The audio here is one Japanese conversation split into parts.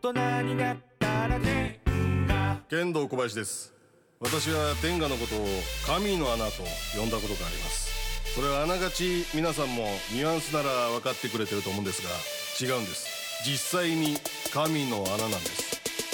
人になったらね剣道小林です。私は天下のことを神の穴と呼んだことがあります。それはあながち皆さんもニュアンスなら分かってくれてると思うんですが、違うんです。実際に神の穴なんです。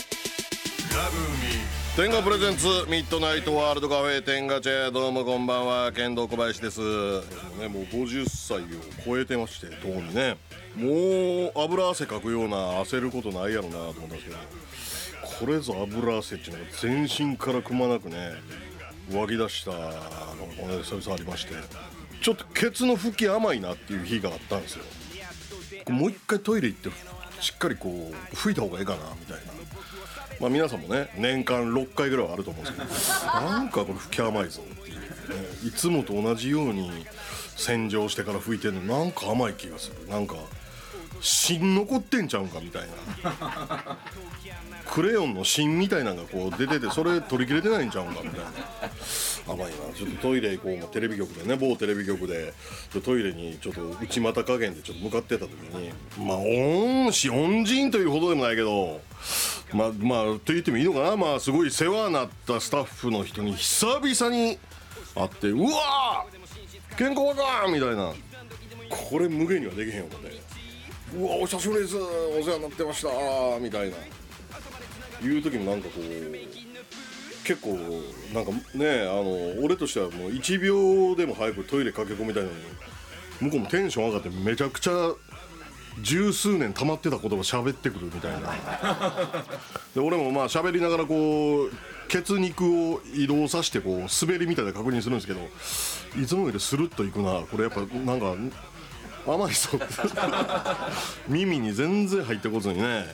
天下プレゼンツミッドナイトワールドカフェ天下チェ。どうもこんばんは、剣道小林です。もう50歳を超えてまして、とうにね、もう油汗かくような焦ることないやろなと思ったんですけど、これぞ油汗っていうのが全身からくまなくね湧き出したのが久々ありまして、ちょっとケツの拭き甘いなっていう日があったんですよ。もう一回トイレ行ってしっかりこう拭いた方がいいかなみたいな。まあ皆さんもね年間6回ぐらいはあると思うんですけど、なんかこれ拭き甘いぞっていう、ね、いつもと同じように洗浄してから拭いてるのなんか甘い気がする。なんか芯残ってんちゃうんかみたいなクレヨンの芯みたいなのがこう出てて、それ取り切れてないんちゃうんかみたいな。甘いな。ちょっとトイレ行こう、テレビ局でね、某テレビ局でトイレにちょっと内股加減でちょっと向かってた時に、まあ恩人というほどでもないけど、まあと言ってもいいのかな、まあすごい世話になったスタッフの人に久々に会って、うわー健康かみたいな、これ無限にはできへんよ思って、うわお久しぶりです、お世話になってましたみたいないう時もなんかこう結構なんかね、俺としてはもう1秒でも早くトイレ駆け込みたいのに、向こうもテンション上がってめちゃくちゃ十数年溜まってた言葉喋ってくるみたいなで俺もまあ喋りながらこう血肉を移動させてこう滑りみたいな確認するんですけど、いつもよりスルッといくな、これやっぱなんか甘いぞ耳に全然入ってこずにね、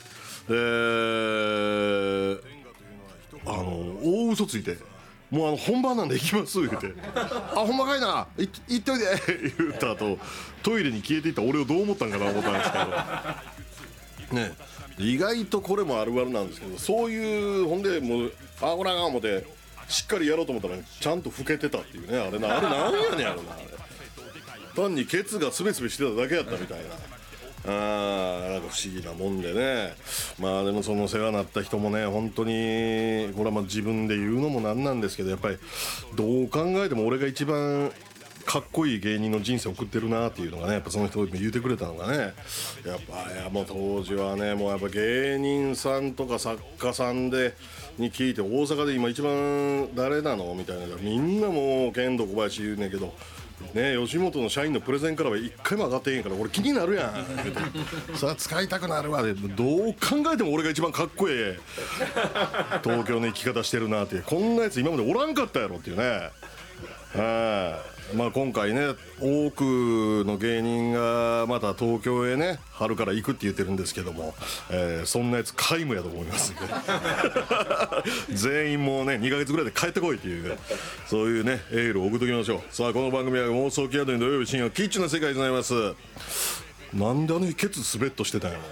大嘘ついて、もう本番なんで行きます言うてあ、ほんまかいな、行っといで言った後トイレに消えていった俺をどう思ったんかな思ったんですけどね。意外とこれもあるあるなんですけど、そういうほんでもうほらが思ってしっかりやろうと思ったらちゃんと老けてたっていうね。あれなんやねんやろな、あれ単にケツがスベスベしてただけやったみたいな。なんか不思議なもんでね。まあでもその世話になった人もね、本当にこれはまあ自分で言うのもなんなんですけど、やっぱりどう考えても俺が一番かっこいい芸人の人生を送ってるなっていうのがね、やっぱその人言ってくれたのがね、やっぱもう当時はね、もうやっぱ芸人さんとか作家さんでに聞いて、大阪で今一番誰なのみたいな、みんなもう剣道小林言うねんけどね、吉本の社員のプレゼンからは一回も上がってへんから俺気になるやんそれは使いたくなるわで、どう考えても俺が一番かっこええ東京の生き方してるなっていう、こんなやつ今までおらんかったやろっていうね。まあ今回ね、多くの芸人がまた東京へね春から行くって言ってるんですけども、そんなやつ皆無やと思いますんで全員もうね2ヶ月ぐらいで帰ってこいっていう、そういうねエールを送っときましょう。さあこの番組は妄想キャドに土曜日深夜キッチンな世界でございます。なんでケツスベッとしてたんやろ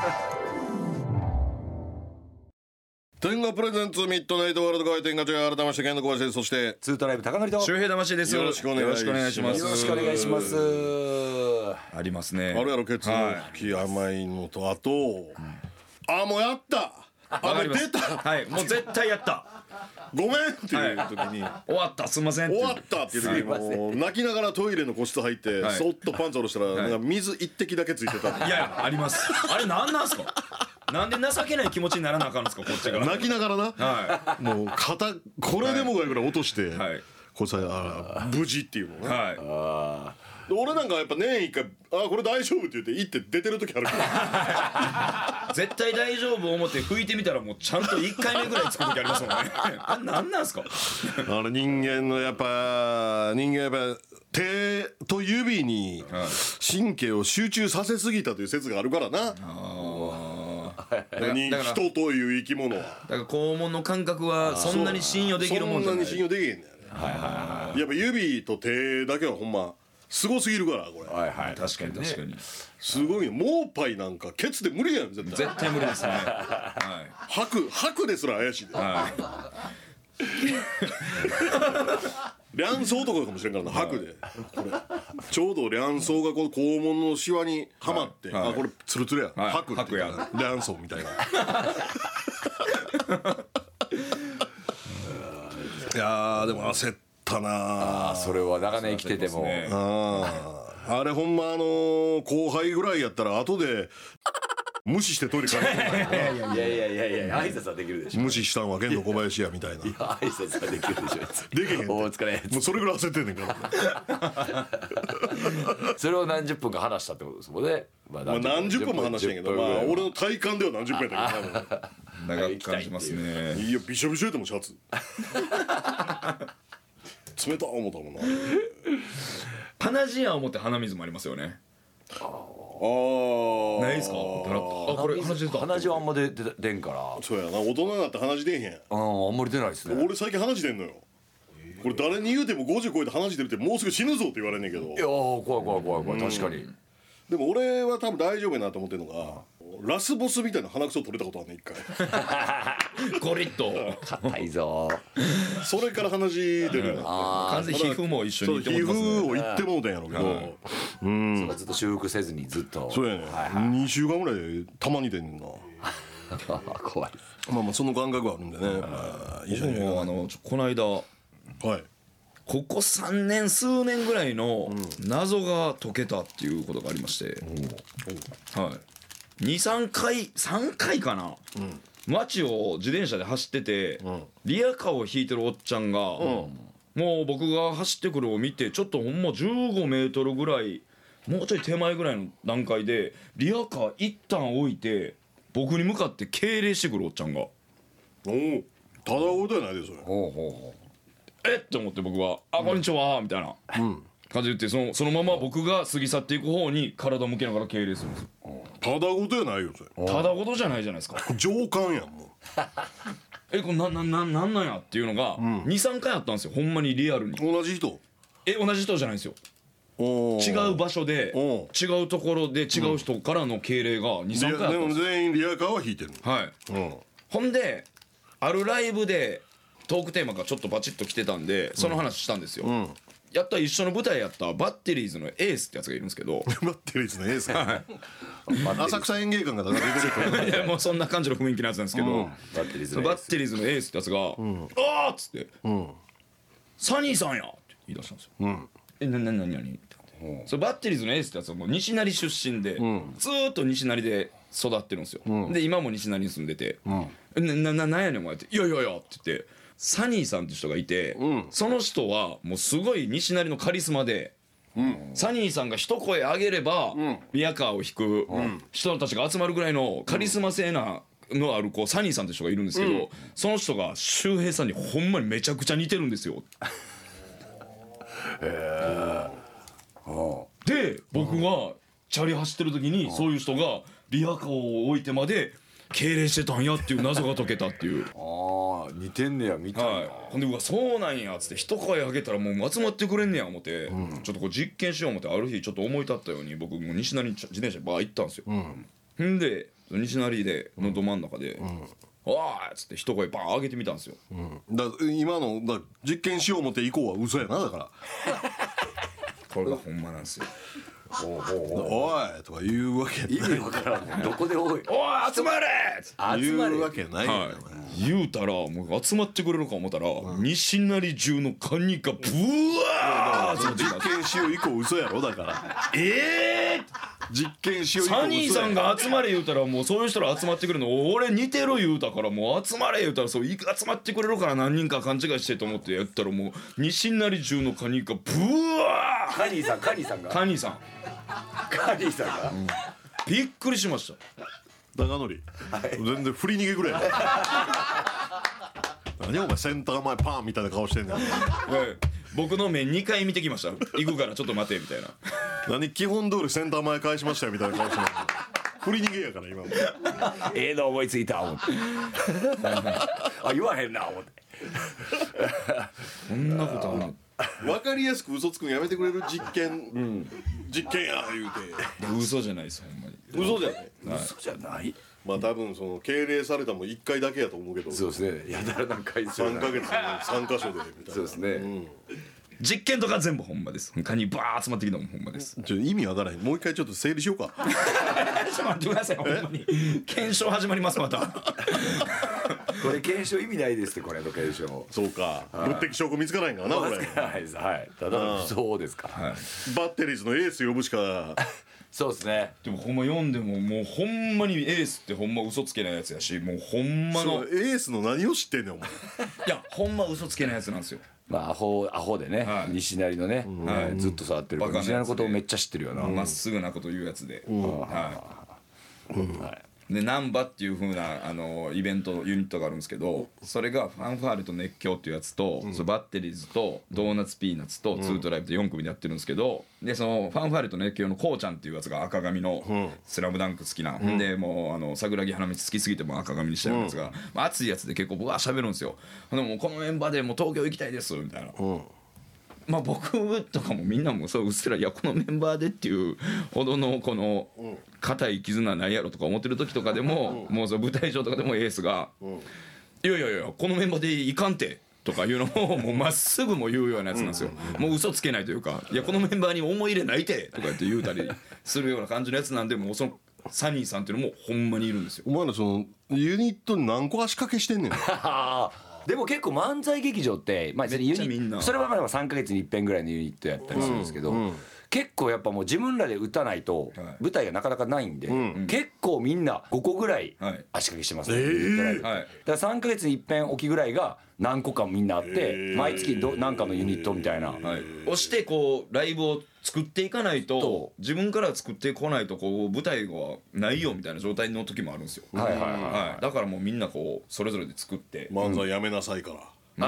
天下プレゼンツミッドナイトワールドカフェ天下チェ。改めまして剣道小林です。そしてツートライブ高典と周平魂です。 よろしくお願いします。 よろしくお願いします。 ありますね。 あるやろ、ケツの吹き甘いのと、あと、もうやったもう出たはい、もう絶対やったごめんっていう時に、 終わったすんません終わったっていう時にもう泣きながらトイレの個室入って、そっとパンツ下ろしたらなんか水一滴だけついてた。 いやあります。あれなんなんすか。なんで情けない気持ちにならなあかんですか、こっちが泣きながらな、もう肩これでもぐらいぐらい落として、これさ無事っていうのね。俺なんかやっぱ年一回これ大丈夫って言って行って出てる時あるから絶対大丈夫思って拭いてみたらもうちゃんと1回目ぐらいつく時ありますもんねあれなんなんすか。 人間のやっぱ手と指に神経を集中させすぎたという説があるからな。人という生き物はだから肛門の感覚はそんなに信用できるもんじゃない。 そんなに信用できへんねん。やっぱ指と手だけはほんますごすぎるからこれ。 確かにすごいよ。モーパイなんかケツで無理やん絶対無理ですね。 吐くですら怪しいで。 卵巣とかかもしれんからな、白でこれちょうど卵巣がこの肛門のシワにはまって、あこれツルツルや、白って言うから卵巣みたいな。いやでも焦ったな。 それは長年生きてても、 あれほんま後輩ぐらいやったら後で無視してトイレ帰っていや挨拶はできるでしょ。 無視したんは剣道小林やみたいな。 挨拶はできるでしょ。 できへんって。 お疲れ。 もうそれぐらい焦ってんねんから。 それを何十分か話したってことですもんね。 まあ何十分も話してんけど、まあ俺の体感では何十分やったけど長く感じますね。 いやびしょびしょやってもシャツ冷た思ったもんな。 鼻血や思って鼻水もありますよね。ないですか？これ鼻血出た。 鼻血はあんま出んから。 そうやな、大人になって鼻血出えへん。 あんまり出ないですね。 俺最近鼻血出んのよ。これ誰に言うても50超えて鼻血出るってもうすぐ死ぬぞって言われんねんけど。 いや怖い確かに。 でも俺は多分大丈夫やなと思ってるのが、ラスボスみたいな鼻くそ取れたことあんねん一回。 ゴリッと硬いぞ。 それから鼻血出るようになって。 完全に皮膚も一緒にいって皮も膚をいってもうたんやろうけど、 ずっと修復せずにずっと。 そうやね、2週間ぐらいでたまに出んねんな。 怖いです。 まあその感覚はあるんでね。いいじゃないか。 この間はい。 ここ3年数年ぐらいの謎が解けたっていうことがありまして、はい、23回3回かな、街を自転車で走ってて、リアカーを引いてるおっちゃんが、もう僕が走ってくるのを見てちょっとほんま15メートルぐらいもうちょい手前ぐらいの段階でリアカー一旦置いて僕に向かって敬礼してくるおっちゃんが。 おお、ただごとやないでそれ。 えっと思って僕は「あこんにちは」みたいな感じで言ってそのまま僕が過ぎ去っていく方に体向けながら敬礼するんですよ。 ただごとやないよそれ。 ただごとじゃないじゃないですか。 上官やんもう。 これなんやっていうのが23回あったんですよ、ほんまにリアルに。 同じ人。 同じ人じゃないんですよ。違う場所で違うところで違う人からの敬礼が23回あったんですよ。 でも全員リアカーは引いてる。 はい、ほんであるライブでトークテーマがちょっとバチッと来てたんでその話したんですよ。やったら一緒の舞台やったバッテリーズのエースってやつがいるんですけどバッテリーズのエースが浅草演芸館が出てくる。 いやもうそんな感じの雰囲気のやつなんですけど、バッテリーズのエースってやつが「あーっつって「サニーさんや!」って言い出したんですよ。何ってそれバッテリーズのエースってやつはもう西成出身でずーっと西成で育ってるんですよ。で今も西成に住んでて「なんやねんお前」って「いやいやいや」って言ってサニーさんって人がいて、その人はもうすごい西成のカリスマで、サニーさんが一声上げれば、リアカーを引く人たちが集まるぐらいのカリスマ性なのあるサニーさんって人がいるんですけど、その人が周平さんにほんまにめちゃくちゃ似てるんですよ。で僕がチャリ走ってる時にそういう人がリアカーを置いてまで敬礼してたんやっていう謎が解けたっていう。 似てんねやみたいな。 はい、ほんでそうなんやっつって一声上げたらもう集まってくれんねや思って、ちょっとこう実験しよう思ってある日ちょっと思い立ったように僕もう西成に自転車でバー行ったんですよ。んで西成でのど真ん中で「おーい!」っつって一声バー上げてみたんですよ。 今の実験しよう思って以降は嘘やな。だからこれがほんまなんですよ。 おいとか言うわけ意味わからんねん。どこでおいおい集まれ言うわけないよ、 言うたらもう集まってくれるか思ったら、西成中のカニがブワーッ実験しよう以降嘘やろ。だから実験しよう以降サニーさんが集まれ言うたらもうそういう人ら集まってくるの俺似てる言うたからもう集まれ言うたらそう集まってくれるから何人か勘違いしてと思ってやったらもう西成中のカニがブワーカニーさんがびっくりしました。 長則、全然振り逃げぐらい何お前センター前パンみたいな顔してんねん。 僕の目2回見てきました。行くからちょっと待てみたいな。 何基本通りセンター前返しましたよみたいな顔してんねん。振り逃げやから今もの思いついた思って言わへんな思ってこんなことあるの。 分かりやすく嘘つくのやめてくれる。実験や言うて嘘じゃないですほんまに。 嘘じゃない、 嘘じゃない。 まあ多分その敬礼されたも1回だけやと思うけど、 そうですね。やだら何回 3ヶ月に3箇所でみたいな。 そうですね。 実験とか全部ほんまです。カニバー集まってきたのもほんまです。 意味わからへん。もう一回ちょっと整理しようか。 ちょっと待ってくださいほんまに。検証始まりますまた。 これ検証意味ないですってこれの検証。 そうか。物的証拠見つからへんからなこれ。 はいですはい。ただのそうですか。 バッテリーズのエース呼ぶしか。 そうですね。 でもほんま読んでももうほんまにエースってほんま嘘つけないやつやし、もうほんまのエースの何を知ってんねんお前。 いやほんま嘘つけないやつなんですよ。 まあアホでね、 はい西成のね、ずっと触ってるから西成のことをめっちゃ知ってるよな。 まっすぐなこと言うやつで、 はいでナンバっていう風なイベントユニットがあるんですけど、それがファンファーレと熱狂っていうやつと、そのバッテリーズとドーナツピーナッツとツートライブで4組でやってるんですけど、でそのファンファーレと熱狂のこうちゃんっていうやつが赤髪のスラムダンク好きな、でもう桜木花道好きすぎても赤髪にしてるやつが、熱いやつで結構僕は喋るんですよ。でもこのメンバーでもう東京行きたいですみたいな。まあ僕とかもみんなもそううっすらいやこのメンバーでっていうほどのこの固い絆ないやろとか思ってる時とかでも、もうその舞台上とかでもエースが「いやいやいやこのメンバーでいかんて」とかいうのをもうまっすぐも言うようなやつなんですよ。もう嘘つけないというか「いやこのメンバーに思い入れないて」とか言って言うたりするような感じのやつなんで、もうそのサニーさんっていうのもほんまにいるんですよ。 お前らそのユニットに何個足掛けしてんねん。 でも結構漫才劇場って、まあ、 めっちゃみんなそれはまだ3ヶ月に一遍ぐらいのユニットやったりするんですけど、結構やっぱもう自分らで打たないと舞台がなかなかないんで、結構みんな5個ぐらい足掛けしてますね、だから3ヶ月に一遍おきぐらいが何個かみんなあって、毎月何かのユニットみたいな、 押してこうライブを作っていかないと、自分から作ってこないとこう舞台がないよみたいな状態の時もあるんですよ。だからもうみんなこうそれぞれで作って漫才やめなさいから。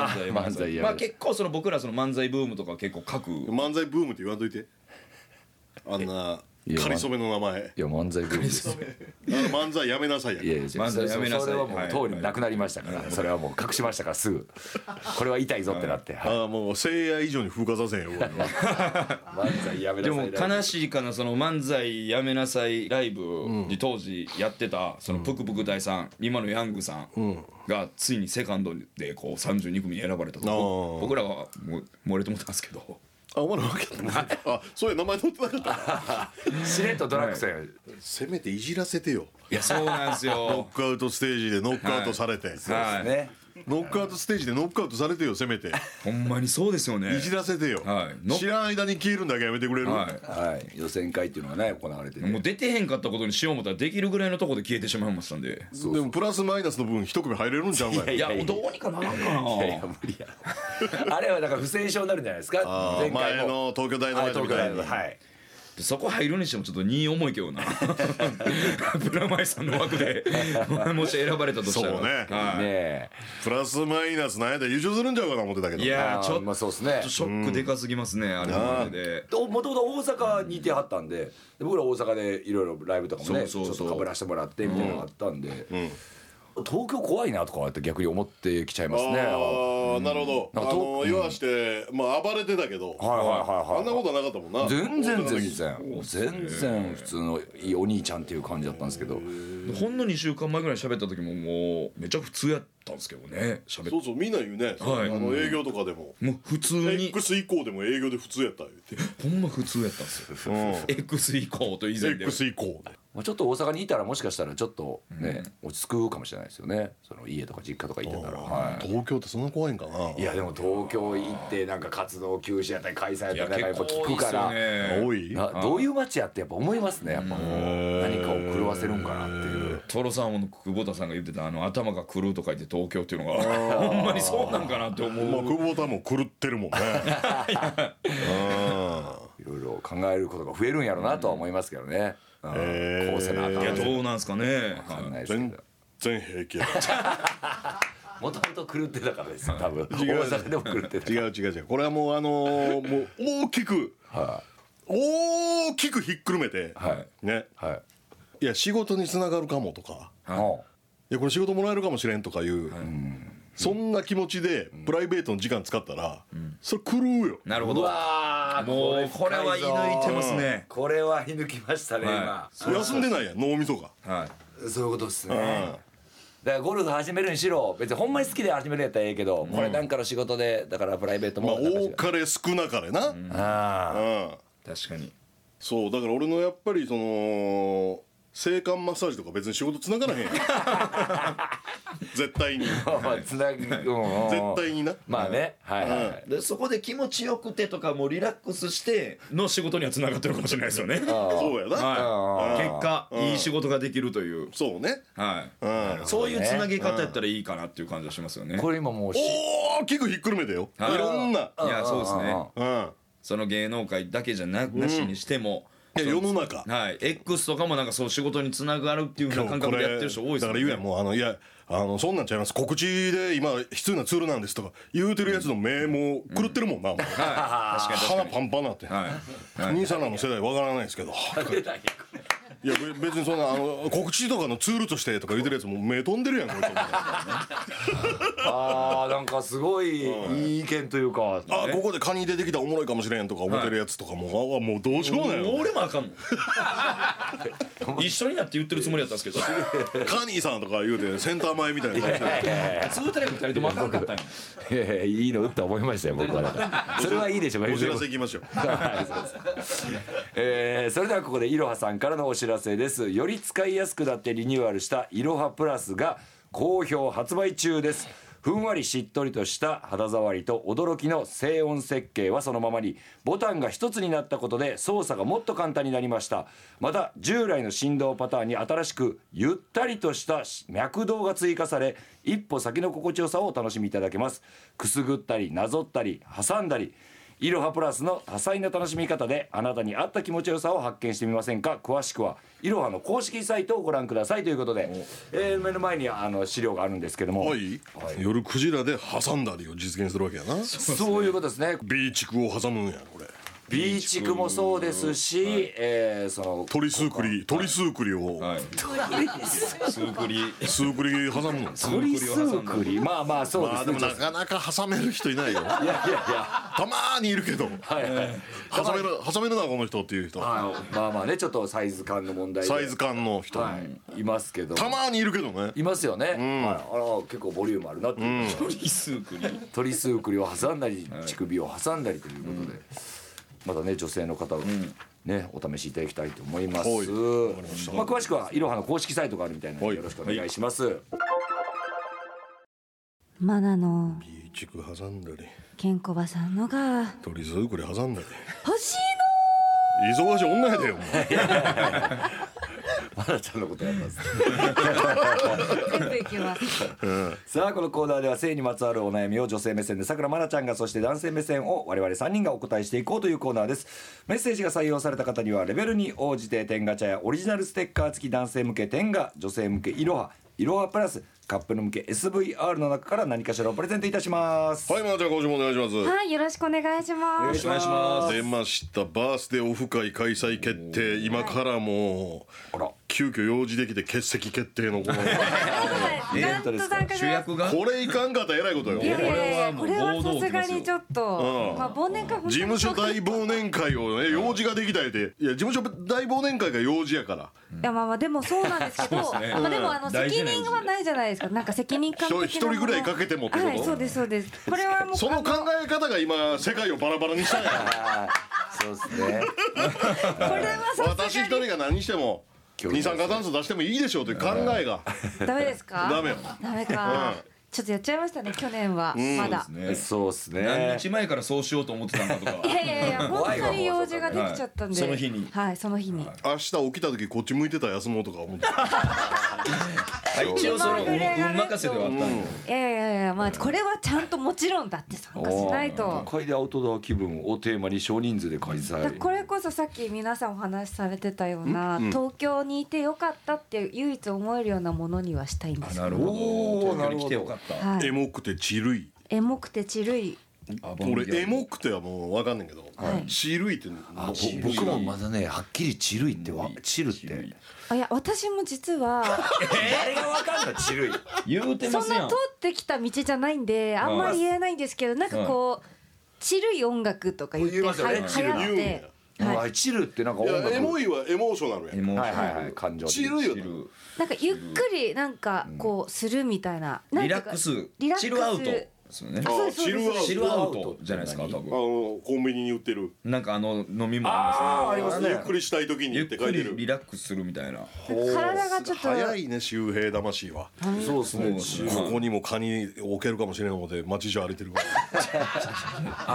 漫才やまあ結構その僕らその漫才ブームとか結構書く。 漫才ブームって言わんといて。あんなかりそめの名前。 いや漫才ブームですよ。 漫才やめなさいや。 いやいや漫才やめなさいそれはもう通りなくなりましたから、それはもう隠しましたからすぐこれは痛いぞってなって、 ああもう聖夜以上に風化させんよ。 漫才やめなさい。 でも悲しいかな、その漫才やめなさいライブに当時やってたそのぷくぷく隊さん、今のヤングさんがついにセカンドでこう32組に選ばれたと。僕らはもう漏れてもったんですけど。 あ、お前ら分けた。あ、そういう名前載ってなかった。 しれっとドラッグさん、 せめていじらせてよ。 いやそうなんですよ。 ノックアウトステージでノックアウトされて、 はいね、 ノックアウトステージでノックアウトされてよ、せめてほんまにそうですよね。 いじらせてよ、知らん間に消えるんだけやめてくれる。 予選会っていうのがね行われて、 もう出てへんかったことにしよう思ったらできるぐらいのとこで消えてしまいましたんで。 でもプラスマイナスの分一組入れるんちゃうんかい。 いやどうにかならんかな。 いやいや無理やろあれはだから不戦勝になるんじゃないですか。前回前の東京大の前みたいに。 はいそこ入るにしてもちょっと2位重いけどな。プラマイさんの枠でもし選ばれたとしたら。 そうね、 ねプラスマイナスなんやったら優勝するんちゃうかな思ってたけど。 いやちょっとそうですね。 ショックでかすぎますね、あれまでで。 もともと大阪にいてはったんで、僕ら大阪でいろいろライブとかもねちょっとかぶらしてもらってみたいなのがあったんで、東京怖いなとかって逆に思ってきちゃいますね。 ああなるほど。言わしてまあ暴れてたけど、あんなことはなかったもんな。 全然普通のいいお兄ちゃんっていう感じだったんですけど、 ほんの2週間前ぐらい喋った時ももうめっちゃ普通やったんですけどね。 そうそうみんな言うね。営業とかでももう普通に X 以降でも営業で普通やった言ってほんま普通やったんですよ。X 以降と以前で X 以降でちょっと大阪にいたらもしかしたらちょっとね落ち着くかもしれないですよね。その家とか実家とかいてたら。 東京ってそんな怖いんかな。 いやでも東京行ってなんか活動休止やったり開催やったりなんかやっぱ聞くから多い。 どういう街やってやっぱ思いますね。やっぱ何かを狂わせるんかなっていう。 トロさんの久保田さんが言ってた頭が狂うと書いて東京っていうのがほんまにそうなんかなって思う。 まあ久保田も狂ってるもんね。 いろいろ考えることが増えるんやろうなとは思いますけどね。こうせなあかん。 いやどうなんすかね。 全然平気や。 もともと狂ってたからですよ多分。大阪でも狂ってた。 違うこれはもうもう大きくひっくるめてね。いや仕事につながるかもとか、いやこれ仕事もらえるかもしれんとかいうそんな気持ちでプライベートの時間使ったらそれ狂うよ。 なるほど。もうこれは射抜いてますね。 これは射抜きましたね今。 休んでないやん脳みそが。 そういうことですね。 だからゴルフ始めるにしろ別にほんまに好きで始めるやったらええけど、これなんかの仕事でだからプライベートも多かれ少なかれな、 確かにそうだから俺のやっぱりその性感マッサージとか別に仕事つながらへんやん絶対につなぎ、絶対になまあね、はいはい、 でそこで気持ちよくてとかもうリラックスしての仕事にはつながってるかもしれないですよね。 そうやな、 結果いい仕事ができるという、 そうね、 そういうつなげ方やったらいいかなっていう感じはしますよね。 これ今もう大きくひっくるめてよ、いろんな、 いやそうですね、その芸能界だけじゃなしにしても、 世の中、 X とかもなんかそう仕事につながるっていう風な感覚でやってる人多いですよね。 だから言うやん、もういやそんなんちゃいます、告知で今必要なツールなんですとか言うてるやつの目もう狂ってるもんな、もう鼻パンパンなって、兄さんらの世代わからないですけどいや別にそんな告知とかのツールとしてとか言うてるやつも目飛んでるやんこいつなんかすごいいい意見というか、 ここでカニ出てきたらおもろいかもしれんとか思ってるやつとかももうどうしようもないよ、 俺もあかんもん一緒になって言ってるつもりやったんですけどカニーさんとか言うてセンター前みたいな感じでツータレク2人ともあかんかったんやいいの打った思いましたよ僕は。それはいいでしょう。 お知らせいきましょうそれではここでいろはさんからのお知らせです。より使いやすくなってリニューアルしたいろはプラスが好評発売中です。ふんわりしっとりとした肌触りと驚きの静音設計はそのままに、ボタンが一つになったことで操作がもっと簡単になりました。また従来の振動パターンに新しくゆったりとした脈動が追加され、一歩先の心地よさをお楽しみいただけます。くすぐったりなぞったり挟んだり、いろはプラスの多彩な楽しみ方であなたに合った気持ちよさを発見してみませんか。詳しくはいろはの公式サイトをご覧くださいということで、目の前に資料があるんですけども、 夜クジラで挟んだりを実現するわけやな。 そういうことですね。 ビーチクを挟むんやこれ。 ビーチクもそうですし、その鳥スークリを、 スークリ挟むの。 鳥スークリ、まあそうですね。 でもなかなか挟める人いないよ。 いやたまーにいるけど、挟めるなこの人っていう人、 まあね、ちょっとサイズ感の問題でサイズ感の人、 いますけど、 たまーにいるけどね、 いますよね。結構ボリュームあるなっていう。鳥スークリを挟んだり乳首を挟んだりということで、またね女性の方をねお試しいただきたいと思います。詳しくはいろはの公式サイトがあるみたいなのでよろしくお願いします。 まだのビーチク挟んだりケンコバさんのが鳥スークリ挟んだり欲しい忙しい女やでよまなちゃんのことやります全部いきますさあこのコーナーでは性にまつわるお悩みを女性目線でさくらまなちゃんが、そして男性目線を我々3人がお答えしていこうというコーナーです。メッセージが採用された方にはレベルに応じて天ガチャやオリジナルステッカー付き男性向け天ガ、女性向けいろはプラスカップル向け SVR の中から何かしらをプレゼントいたします。 はい、まなちゃん今週もお願いします。 はい、よろしくお願いします。 よろしくお願いします。 出ましたバースデーオフ会開催決定、今からもう急遽用事できて欠席決定のこの主役がこれいかんかったらえらいことよ。 これはさすがにちょっと、忘年会事務所大忘年会をね用事ができたりで、いや事務所大忘年会が用事やから、 いやまあでもそうなんですけど、でも責任はないじゃないですか。なんか責任感的な一人ぐらいかけてもってこと。 はい、そうですそうです。これはもうその考え方が今世界をバラバラにしたんやそうですねこれは私一人が何しても二酸化炭素出してもいいでしょうという考えがダメですか。 ダメよ。 ダメか、ちょっとやっちゃいましたね去年は。まだそうですね。 何日前からそうしようと思ってたんだとか。 いや本当に用事ができちゃったんで、 その日に、 はい、その日に明日起きた時こっち向いてたら休もうとか思って一応その運任せではあったんよ。 いやまあこれはちゃんともちろんだって参加しないと。 都会でアウトドア気分をテーマに少人数で開催。 これこそさっき皆さんお話しされてたような、東京にいてよかったって唯一思えるようなものにはしたいんですよ。 なるほど。東京に来てよかった。 エモくてチルい。 エモくてチルい。 俺エモくてはもう分かんないけど、チルいって僕もまだねはっきりチルいってチルって。 いや私も実は誰が分かんのチルい言うてますやん。 そんな通ってきた道じゃないんであんまり言えないんですけど、なんかこうチルい音楽とか言って流行ってあチルってなんか音楽エモいはエモーショナルやん。 はいはいはい感情的チルよな。 なんかゆっくりなんかこうするみたいな、なんていうかリラックスリラックスチルアウトですよね。 あチルアウト。 チルアウトじゃないですか多分。 コンビニに売ってる。 なんか飲み物ありますね。 ゆっくりしたい時にゆっくりって書いてる。 リラックスするみたいな。 体がちょっと早いね周平魂は。 そうですねここにも蚊に置けるかもしれんので街中歩いてるから。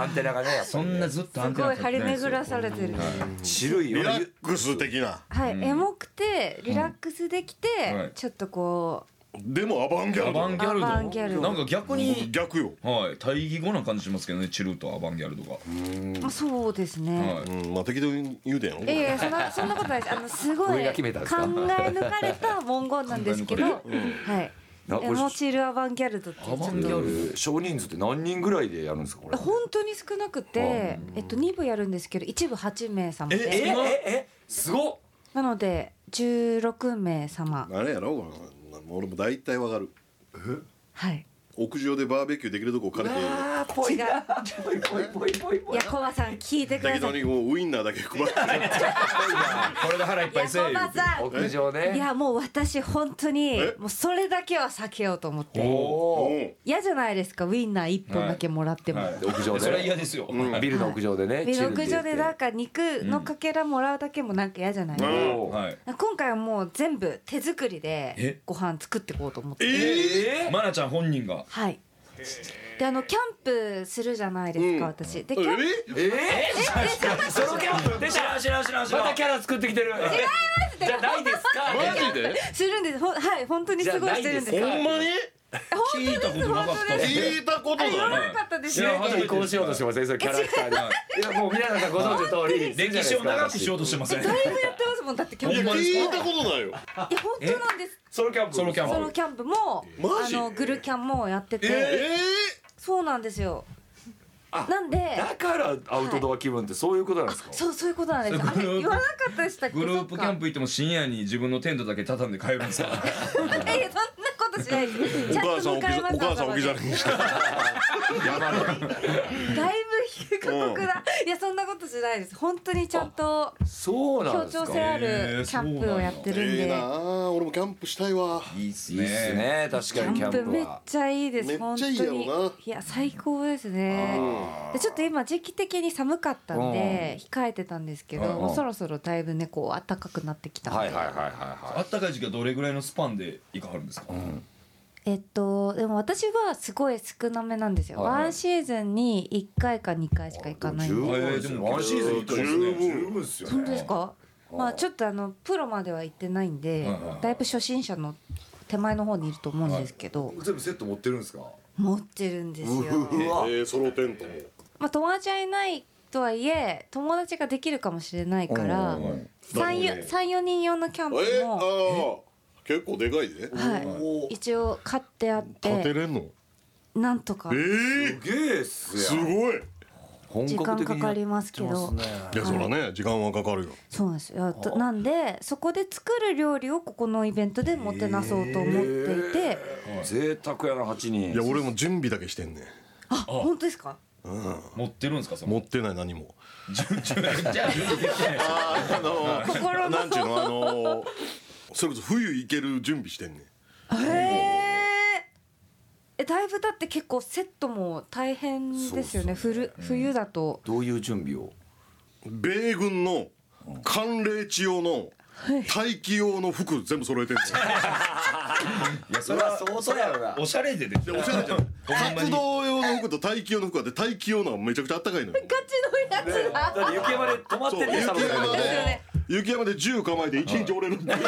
アンテナがねそんなずっとアすンテナごい張り立ってないですよ巡らされてる。 チルいリラックス的な。 はい、エモくてリラックスできて、 はいちょっとこでもアバンギャルド。 アバンギャルドアバンギャルドなんか逆に逆よ。 はい対義語な感じしますけどねチルとアバンギャルドが。 う、そうですね。 はいうんまあ適当に言うてんやろ。 いやいやそんなことないです。すごい上が考え決めたんですか抜かれた文言なんですけど、 考はい。エモチルアバンギャルドってちょっアバンギャと少人数って何人ぐらいでやるんですかこれ本当に少なくて、2部やるんですけど1部8名様で、 すごっなので16名様。 あれやろこれ俺も大体わかる。 はい。 屋上でバーベキューできるとこ借りてあーぽい違う。 ぽいぽいぽいぽいぽいやコバさん聞いてくだ適当さい。 にもうウインナーだけ配ってこれで腹いっぱいせえコバさん。 屋上ねいやもう私本当にえもうそれだけは避けようと思っておー嫌じゃないですかウインナー1本だけもらっても、 はい屋上でそれは嫌ですよ。 ビルの屋上でねでチルって屋上でなんか肉のかけらもらうだけもなんか嫌じゃないですか、 おーはい。 今回はもう全部手作りでえご飯作っていこうと思って、 マナちゃん本人が。 はいでキャンプするじゃないですか、私でキャンプソロキャンプ出た知らんまたキャラ作ってきてるじゃないですかマジでするんですはい本当にすごいしてるんですじゃほんまに聞いたことなかったです。 聞いたことない言わなかったですよいや移行しようとしてませんそのキャラクターにいやもう皆さんご存知の通り歴史を長くしようとしてません。 だいぶやってますもんだってキャンプいやい聞いたことないよ。 や本当なんです。 ソロキャンプソロキャンプソロキャンプもマジグルキャンもやってて、そうなんですよ。なんでだからアウトドア気分ってそういうことなんですかそういうことなんです。あれ言わなかったでしたっけ？ グループキャンプ行っても深夜に自分のテントだけ畳んで帰るんですか。 そんなことしないです。 おちゃん母さんと迎えます。 お母さん置き去りにしてだいぶ過酷だ。いやそんなことしないです。本当にちゃんとそうなんですか協調性あるキャンプをやってるんで。 ええなあ俺もキャンプしたいわ。 いいっすいいっすね確かにキャンプめっはちゃいいです。 めっ本当ちゃいいやろに。 ないや最高ですね。でちょっと今時期的に寒かったんで控えてたんですけど、もうそろそろだいぶねこう暖かくなってきたんで。 はいはいはいはあったかい時期はどれぐらいのスパンで行かはるんですか。 でも私はすごい少なめなんですよ。 はいはいワンシーズンに1回か2回しか行かないんで。 でもワンシーズン行ったら十分十分っすよ本当ですか？まあちょっとプロまでは行ってないんで、だいぶ初心者の手前の方にいると思うんですけど、 全部セット持ってるんですか持ってるんですよ。 ソロテントもまあ友達はいないとはいえ友達ができるかもしれないから3,4人用のキャンプも結構でかいで。 はい一応買ってあっ立ててれんの。 なんとかすげえっすすごい。 時間かかりますけどいやそらね時間はかかるよ。 そうなんですよなんでそこで作る料理をここのイベントでもてなそうと思っていて贅沢やな8人いや俺も準備だけしてんねん。 あ本当ですか？ 持ってるんですかそれ。 持ってない何も。 じゃあ準備できない。 心のなんちゅうのそれこそ冬行ける準備してんねん。 だいぶだって結構セットも大変ですよね。冬だとどういう準備を米軍の寒冷地用の待機用の服全部揃えてんねん。 いやそれは相当やろなおしゃれでですよ。 おしゃれじゃん。活動用の服と待機用の服あって待機用のはめちゃくちゃあったかいのよ。 ガチのやつだ。 だって雪山で泊まってそうる雪山ですよでね雪山で銃構えて一日折れるんで。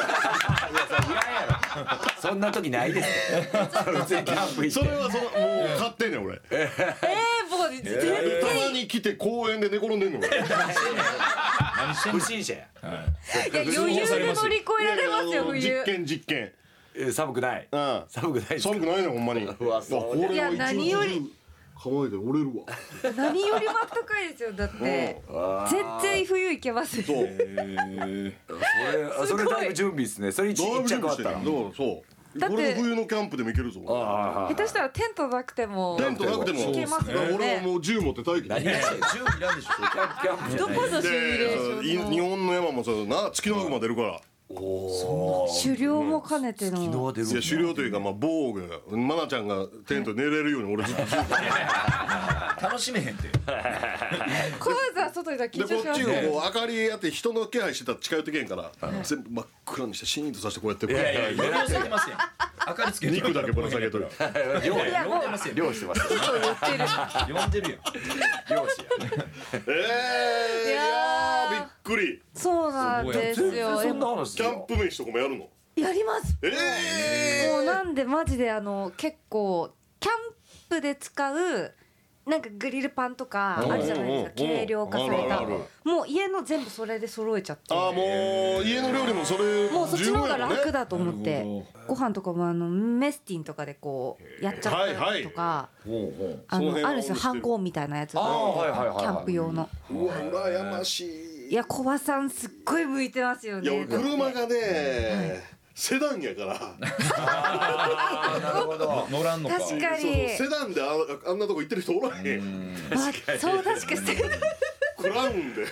そんな時ないです普通にキャンプ行ってそれはもう買ってんねん俺。 もう絶対たまに来て公園で寝転んでんの俺。 不審者やいや余裕で乗り越えられますよ冬。 実験。 寒くないうん寒くないですか寒くないねほんまに。 うわそうこれはいや何より構えて折れるわ。 何よりもあったかいですよだって絶対冬行けますよ。 そう。 それだいぶ準備ですねそれ一着あったらだからそう。 だってこれ冬のキャンプでも行けるぞ。 下手したらテントなくてもテントなくても行けますよね。 俺はもう銃持って待機。 銃いらんでしょ。 キャンプじゃないどこのシミュレーションの日本の山もそうだな、月の悪魔出るから。 狩猟も兼ねての。 昨日は出るいや狩猟というか防具、マナちゃんがテント寝れるように俺ずっと銃楽しめへんって。 小津は外にいたら緊でこっちを張しますね。 こう明かりやって人の気配してたら近寄ってけんから、全部真っ暗にしてシーンとさせてこうやってこうやって呼び寄せてますやん。明かりつけて肉だけぶら下げとる。 漁いやもう呼んでますよ。 漁してます言ってる。 呼んでるやん。 漁師やいやーびっくり。 そうなんですよ。 そんな話キャンプ飯とかもやるの？ やります。もうなんでマジで結構キャンプで使うなんかグリルパンとかあるじゃないですか、軽量化された。 あるもう家の全部それで揃えちゃって。 ああもう家の料理もそれもうそっちの方が楽だ。 だと思ってご飯とかもメスティンとかでこうやっちゃったりとかその辺はあるんですよ、ハンコみたいなやつがはいはいはいキャンプ用の。 うわ羨ましい。 いや小葉さんすっごい向いてますよいやね。 俺車がねセダンやから。 なるほど乗らんのか。 確かにセダンであんなとこ行ってる人おらへん。 そう確かにクラウンで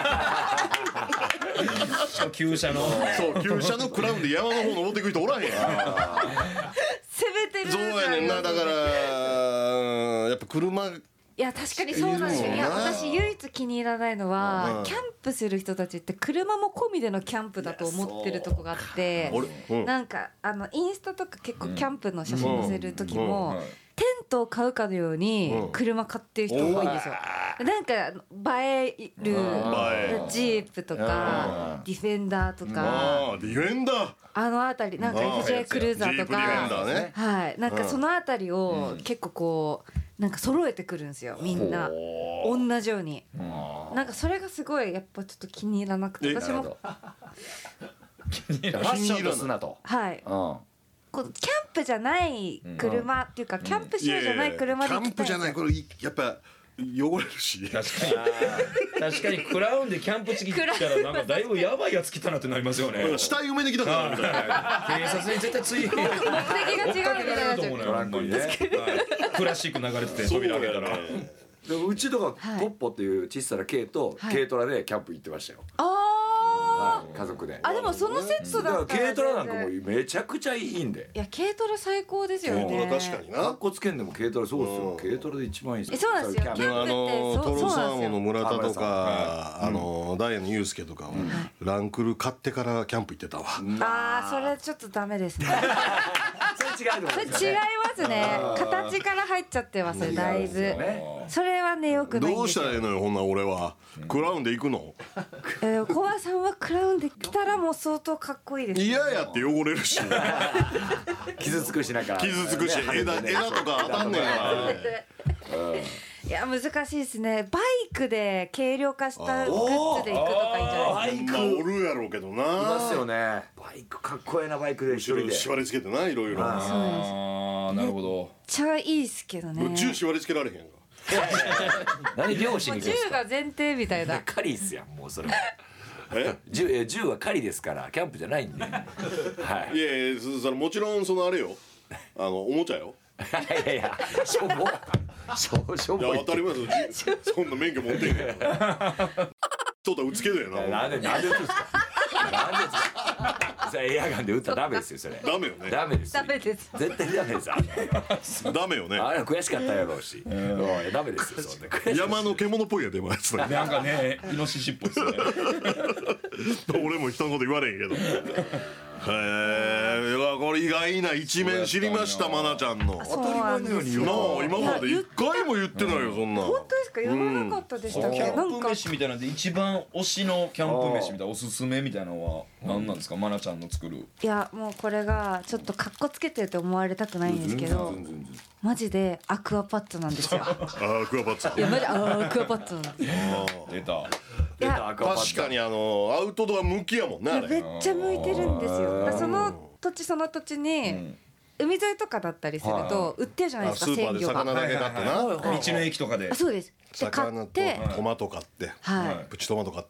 旧車の。 そう旧車のクラウンで山の方登っていく人おらへん。 攻めてる。 そうやねんな。だからやっぱ車いや確かにそうなんですよ。いやいるもんな私唯一気に入らないのうんはキャンプする人たちって車も込みでのキャンプだと思ってるとこがあって俺うんなんかインスタとか結構キャンプの写真載せる時もはいテントを買うかのように車買ってる人が多いんですよ。なんか映えるジープとかディフェンダーとかあーディフェンダーあたりなんか FJ クルーザーとジープディフェンかダーね。 はいなんかそのあたりを結構こうなんか揃えてくるんですよみんな同じように。なんかそれがすごいやっぱちょっと気に入らなくてえ私もファッションとすなと。 はいうんこうキャンプじゃない車っていうかキャンプ仕様じゃない車でキャン行きたいプじゃないこれやっぱ汚れるし。 確かにクラウンでキャンプ地来たらなんかだいぶやばいやつ来たなってなりますよね。 死体埋めてきたからみたいな。 警察に絶対つい目的が違うみたいになっちゃう。 トランクにね。 クラシック流れてて扉開けたら。 でもうちとかはいトッポっていう小さな軽とはい軽トラでキャンプ行ってましたよ。 あはい家族で。 あでもそのセットだからだったら軽トラなんかも全然うめちゃくちゃいいんで。 いや軽トラ最高ですよね。 確かにかっな。 こつけんでも軽トラそうですよ。軽トラで一番いいですそうなんですよキャンプキャンプってトロサーモンのそう村田とかダイヤのユースケとかはランクル買ってからキャンプ行ってたわ。 ああそれちょっとダメですね。 それ違うと思それ違いますね。形から入っちゃってますよだいぶ。それはねよくないんですよ。 どうしたらええのよほんなら俺はクラウンで行くの？ コアさんはクラウンで来たらもう相当かっこいいですね。 嫌やって汚れるし傷つくしなんか傷つくし枝とか当たんねんからいや難しいですね。バイクで軽量化したグッズで行くとかいいんじゃないですか。 まあおるやろうけどないますよね。バイクかっこええなバイクで一後ろ人で。 に縛り付けてないろいろああなるほど。 めっちゃいいですけどね。 銃縛り付けられへんが何漁師もうに行くんですか。 銃が前提みたいな。 狩りっすやんもうそれ。 え銃は狩りですからキャンプじゃないんで。はいやいやそれもちろんそのあれよおもちゃよ。 いやいやしょぼしょいやぼい当たり前ですよそんな免許持ってんねんとったら打つけどやななんで撃つんですか。なんで撃つか。それエアガンで撃ったらダメですよそれ。 ダメよねダメです。 ダメです。 絶対ダメです。 ダメよねあれは悔しかったやろうし。ダメですよそんな悔しい。 山の獣っぽいやでもやつだなんかねイノシシっぽいですね。 俺も人のこと言われへんけどへえこれ意外な一面知りましたマナちゃんのそうなんですよ。 なあ今まで一回も言ってないよそんな本当ですか。言わなかったでしたっけ。 キャンプなんか飯みたいなんで一番推しのキャンプ飯みたいなおすすめみたいなのは何なんですか、マナちゃんの作る。 いやもうこれがちょっとカッコつけてると思われたくないんですけどマジでアクアパッツァなんですよ。 ああクワパッツいやマジアクアパッツァなんですよ。 出た。 いや確かにアウトドア向きやもんねあめれっちゃ向いてるんですよ。だからその土地に海沿いとかだったりすると売ってるじゃないですかスーパーで鮮魚が。 魚だけ買ってな道の駅とかであそうです。で買魚とってトマト買ってはい。 プチトマト買って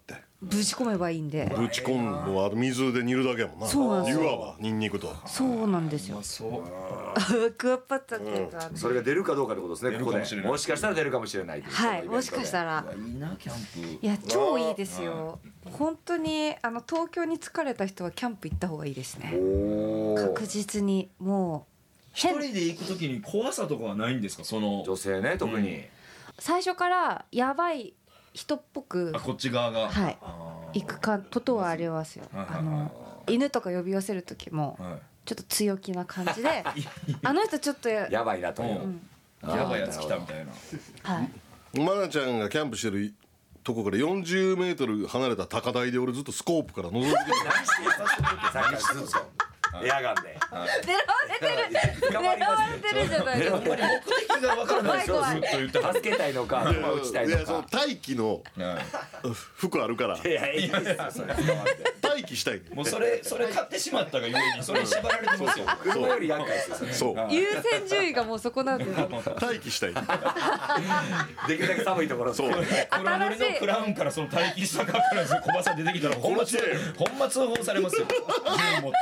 ぶち込めばいいんで。 ぶち込んのは水で煮るだけやもんな。 そうなんですよ湯はニンニクと。 そうなんですよ。クワッパッツァってやつはそれが出るかどうかってことですね。ここでもしかしたら出るかもしれない。 はいもしかしたらいいなキャンプ。 いや超いいですよ。本当に東京に疲れた人はキャンプ行った方がいいですね。確実にもう一人で行くときに怖さとかはないんですか？その女性ね特に。 最初からやばい人っぽくこっち側がはい行くことはありますよ。犬とか呼び寄せる時もちょっと強気な感じであの人ちょっとやばいなと思う。 やばいやつ来たみたいな。 はいマナちゃんがキャンプしてるとこから40メートル離れた高台で俺ずっとスコープから覗いててさっきずっとエアガンで。 狙われてるじゃないですか。 目的が分からないですよ。ずっと言って助けたいのか撃ちたいのいやそのか。 待機の服あるからいやいいですよそれ。 待機したいねもうそれ買ってしまったがゆえにそれに縛られてますよ。 車より厄介ですよそれ。 そう優先順位がもうそこなんですよ。 待機したいできるだけ寒いところ。 そう黒塗りのクラウンからその待機したかからず小バさ出てきたらほんま通報されますよ。銃持って。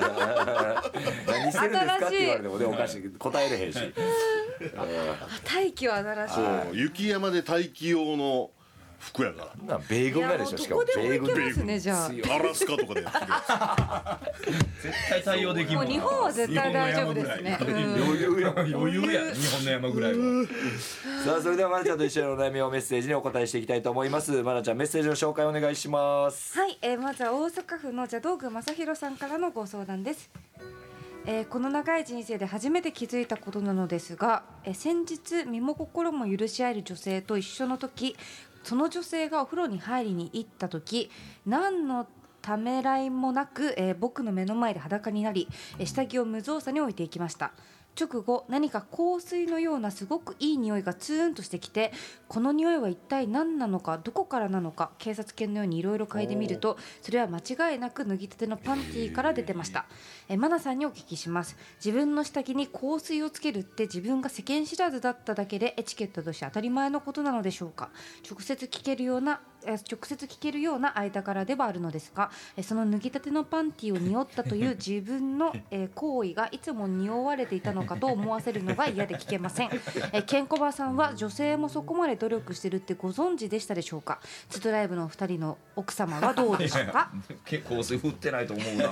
何してるんですかって言われてもねおかしい答えれへんし。 大気は新しい。 そう雪山で待機用の服やから米軍がでしょしかもどこでも米軍行けますねじゃあ。 アラスカとかでやってるや絶対対応できるもう日本は絶対大丈夫ですね。 余裕や余裕や日本の山ぐらいは。 さあそれではまなちゃんと一緒にお悩みをメッセージにお答えしていきたいと思います。まなちゃんメッセージの紹介お願いします。 はい、まずは大阪府の邪道具正弘さんからのご相談です。この長い人生で初めて気づいたことなのですが、先日身も心も許し合える女性と一緒の時、その女性がお風呂に入りに行った時、何のためらいもなく、僕の目の前で裸になり、下着を無造作に置いていきました。直後何か香水のようなすごくいい匂いがツーンとしてきて、この匂いは一体何なのか、どこからなのか、警察犬のようにいろいろ嗅いでみると、それは間違いなく脱ぎたてのパンティーから出てました。マナさんにお聞きします。自分の下着に香水をつけるって自分が世間知らずだっただけでエチケットとして当たり前のことなのでしょうか。直接聞けるような間柄ではあるのですが、その脱ぎたてのパンティーを匂ったという自分の行為がいつも匂われていたのかと思わせるのが嫌で聞けません。ケンコバさんは女性もそこまで努力してるってご存知でしたでしょうか。ツトライブのお二人の奥様はどうでしょうか。 結構香水振ってないと思うな。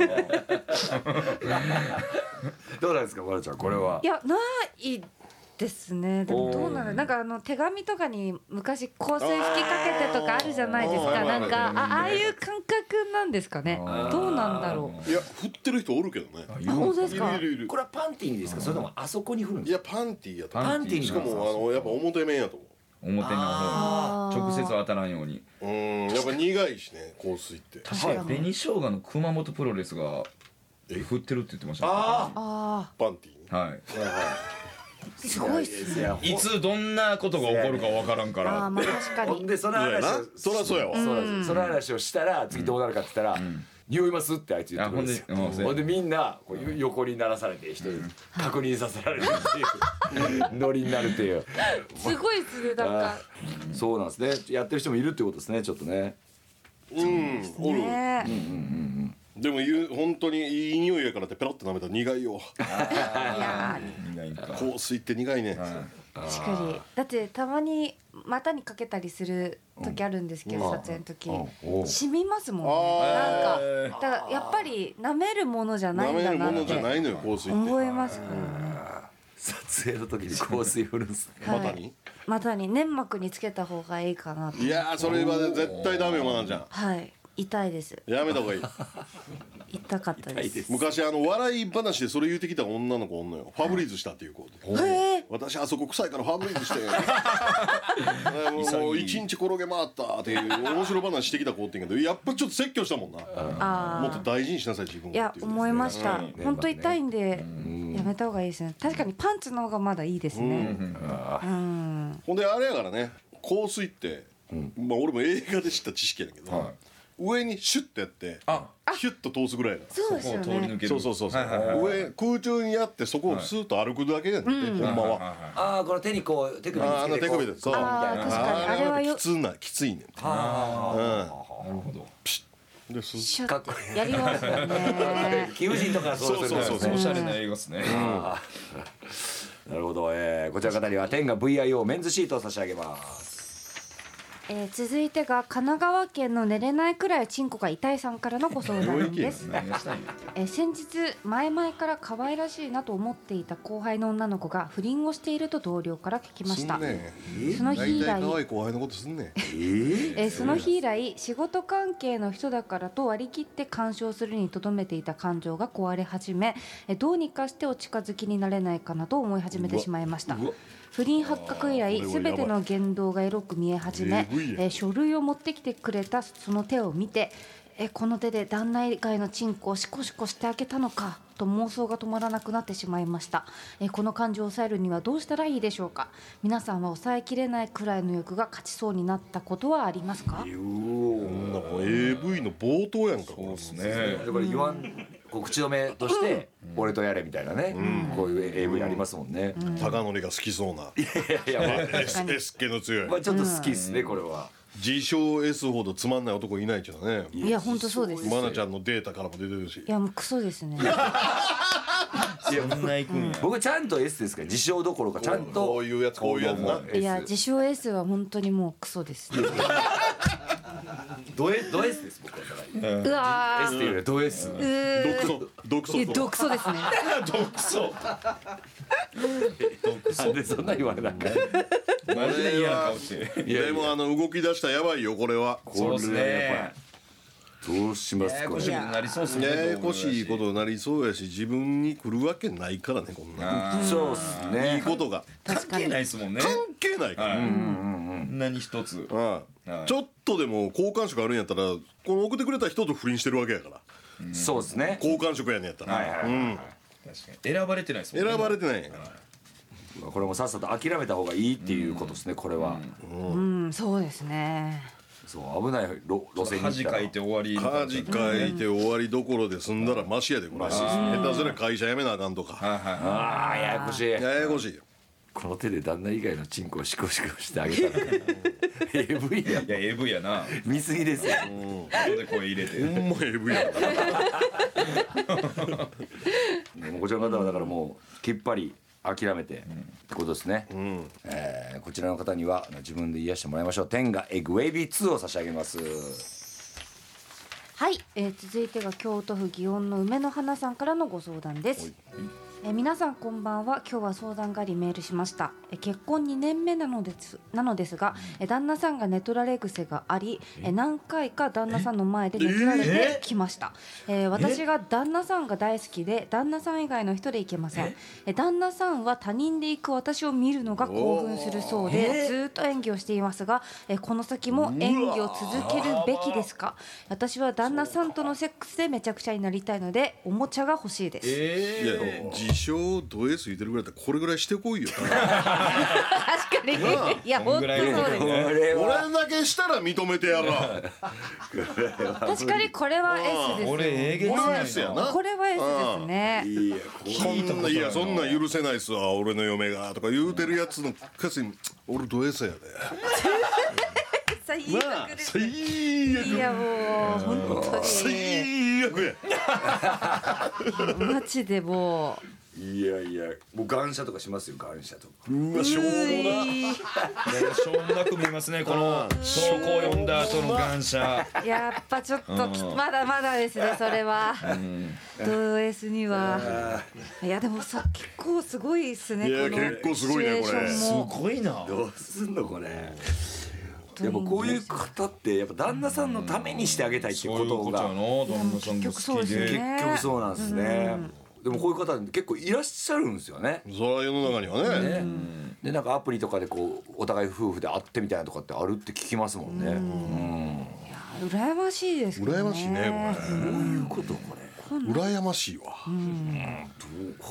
どうなんですかまなちゃんこれは。 いやないですね。でもどうなの、なんか手紙とかに昔香水吹きかけてとかあるじゃないですか。なんかああいう感覚なんですかね。どうなんだろう。 いや振ってる人おるけどね本当ですか。 いるいるこれはパンティーにですかそれともあそこに振るんいですか。 やパンティーやとパンティーにしかもやっぱ表面やと思表の方直接当たらんように。 うやっぱ苦いしね香水って確かに紅生姜の熊本プロレスが振ってるって言ってましたね。 あパンティーにはい。 すごいっすね。 いつどんなことが起こるかわからんから。 まあ確かに。 ほんでその話をそりゃそうやわそうなんですその話をしたら次どうなるかって言ったら匂いますってあいつ言ってくるんですよ。ほんでみんなこう横にならされて一人確認させられるっていうノリになるっていうすごいっすね。なんかそうなんですねやってる人もいるってことですねちょっとね。 おるね。 でも本当にいい匂いやからってペロッと舐めたら苦いよいや苦いんか。 香水って苦いね確かに。だってたまに股にかけたりする時あるんですけど、撮影の時染みますもんね。なんかだからやっぱり舐めるものじゃない舐めるんだなっものじゃなていのよ香水って思いますね。 撮影の時に香水振るんですね。 股に股に粘膜につけた方がいいかなと。 いやそれは絶対ダメよマナちゃんはい痛いです。 やめた方がいい痛かったです。 昔笑い話でそれ言うてきた女の子おんのよファブリーズしたっていう子で私あそこ臭いからファブリーズしてもう一日転げ回ったっていう面白話してきた子って言うけどやっぱちょっと説教したもんなもっと大事にしなさい自分をいやっていう思いました。本当痛いんでやめた方がいいですね。確かにパンツの方がまだいいですね。 ほんであれやからね香水ってまあ俺も映画で知った知識やねんけど上にシュッてやってヒュッと通すぐらいだ。 そうですよ通り抜ね。 ける。 そう上空中にやってそこをスーッと歩くだけやねんて、ほんまは。 ああこの手にこう手首につけて手首でそう。 あー確かにあれはよきついねんて。 なるほど。 でシュッてやりますよね。 貴婦人とかそうするんですねおしゃれな映画ですね。 なるほど、こちらの方には天下 VIO メンズシートを差し上げます。 続いてが神奈川県の寝れないくらいチンコが痛いさんからのご相談です。 何がしたいんや。 先日前々から可愛らしいなと思っていた後輩の女の子が不倫をしていると同僚から聞きました。その日以来可愛い後輩のことすんねん。 その日以来仕事関係の人だからと割り切って干渉するにとどめていた感情が壊れ始め、どうにかしてお近づきになれないかなと思い始めてしまいました。不倫発覚以来すべての言動がエロく見え始め、書類を持ってきてくれたその手を見て、この手で旦那以外のチンコをシコシコしてあげたのかと妄想が止まらなくなってしまいました。この感情を抑えるにはどうしたらいいでしょうか。皆さんは抑えきれないくらいの欲が勝ちそうになったことはありますか。 こんなもう AV の冒頭やんか。 そうですね。 だから言わんこう口止めとして俺とやれみたいなね、こういう AV ありますもんね。 高則が好きそうな。 いやまあ S 系の強い。 まあちょっと好きですねこれは。 自称 S ほどつまんない男いないっちゅうのね。 いや本当そうです。 マナちゃんのデータからも出てるし。 いやもうクソですね。 そんな行くんや。 僕ちゃんと S ですから自称どころかちゃんとこういうやつこういうやつな。 いや自称 S は本当にもうクソです。 ド S です僕はだからうわ S っていうよりド S。 毒素毒素ですね。 毒素。 なんでそんな言われなかマジで嫌な顔して。 でも動き出したらやばいよこれは。 そうですね。 どうしますか。 ややこしいことになりそうですね。 ややこしいことになりそうやし自分に来るわけないからねこんな。 そうっすね。 いいことが関係ないですもんね。 関係ないから。 何一つ。 ちょっとでも好感触あるんやったらこの送ってくれた人と不倫してるわけやから。 そうですね。 好感触やねんやったら。 確かに選ばれてないですもんね。 選ばれてないんやから。 これもさっさと諦めた方がいいっていうことですねこれは。 そうですね。 そう危ない路線に行ったら恥かいて終わり。 恥かいて終わりどころで済んだらマシやでこれ。下手すりゃ会社辞めなあかんとか。 ああややこしい。 ややこしいよ。 この手で旦那以外のチンコをシコシコしてあげたら AV やいや AV やな。 見すぎですよ。 後で声入れて。 ほんま AV や。 こちらの方はだからもうきっぱり諦めてってことですね。こちらの方には自分で癒してもらいましょう。天がエグウェイビー2を差し上げます。 はい、続いてが京都府祇園の梅の花さんからのご相談です。皆さんこんばんは。今日は相談がありメールしました。結婚2年目なのですが、旦那さんが寝取られ癖があり、何回か旦那さんの前で寝取られてきました。私が旦那さんが大好きで旦那さん以外の人で行けません。旦那さんは他人で行く私を見るのが興奮するそうでずっと演技をしていますが、この先も演技を続けるべきですか。私は旦那さんとのセックスでめちゃくちゃになりたいのでおもちゃが欲しいです。 いや自称ド S 言ってるぐらいだったらこれぐらいしてこいよ。 確かにいや本当そうです。 俺だけしたら認めてやろう。 確かにこれは S です。 俺えげつないですやな。 これは S ですね。 いやそんなん許せないっすわ俺の嫁がとか言うてるやつのくせに俺ド S やで。 最悪ですね。 最悪。 いやもう本当に最悪や。 マジでもう。 いやいやもう感謝とかしますよ。感謝とか。 うわしょうもな。 しょうもなく見えますねこの投稿を読んだ後の感謝。 やっぱちょっとまだまだですねそれは。ド S にはいやでもさ結構すごいですね。 いや結構すごいねこれ。 すごいな。 どうすんのこれ。やっぱこういう方ってやっぱ旦那さんのためにしてあげたいっていうことが結局そうですよね。 結局そうなんですね。でもこういう方結構いらっしゃるんですよね。 それは世の中にはね。 でなんかアプリとかでこうお互い夫婦で会ってみたいなとかってあるって聞きますもんね。 いや羨ましいですけどね。 羨ましいねこれ。 どういうことこれ。 羨ましいわ。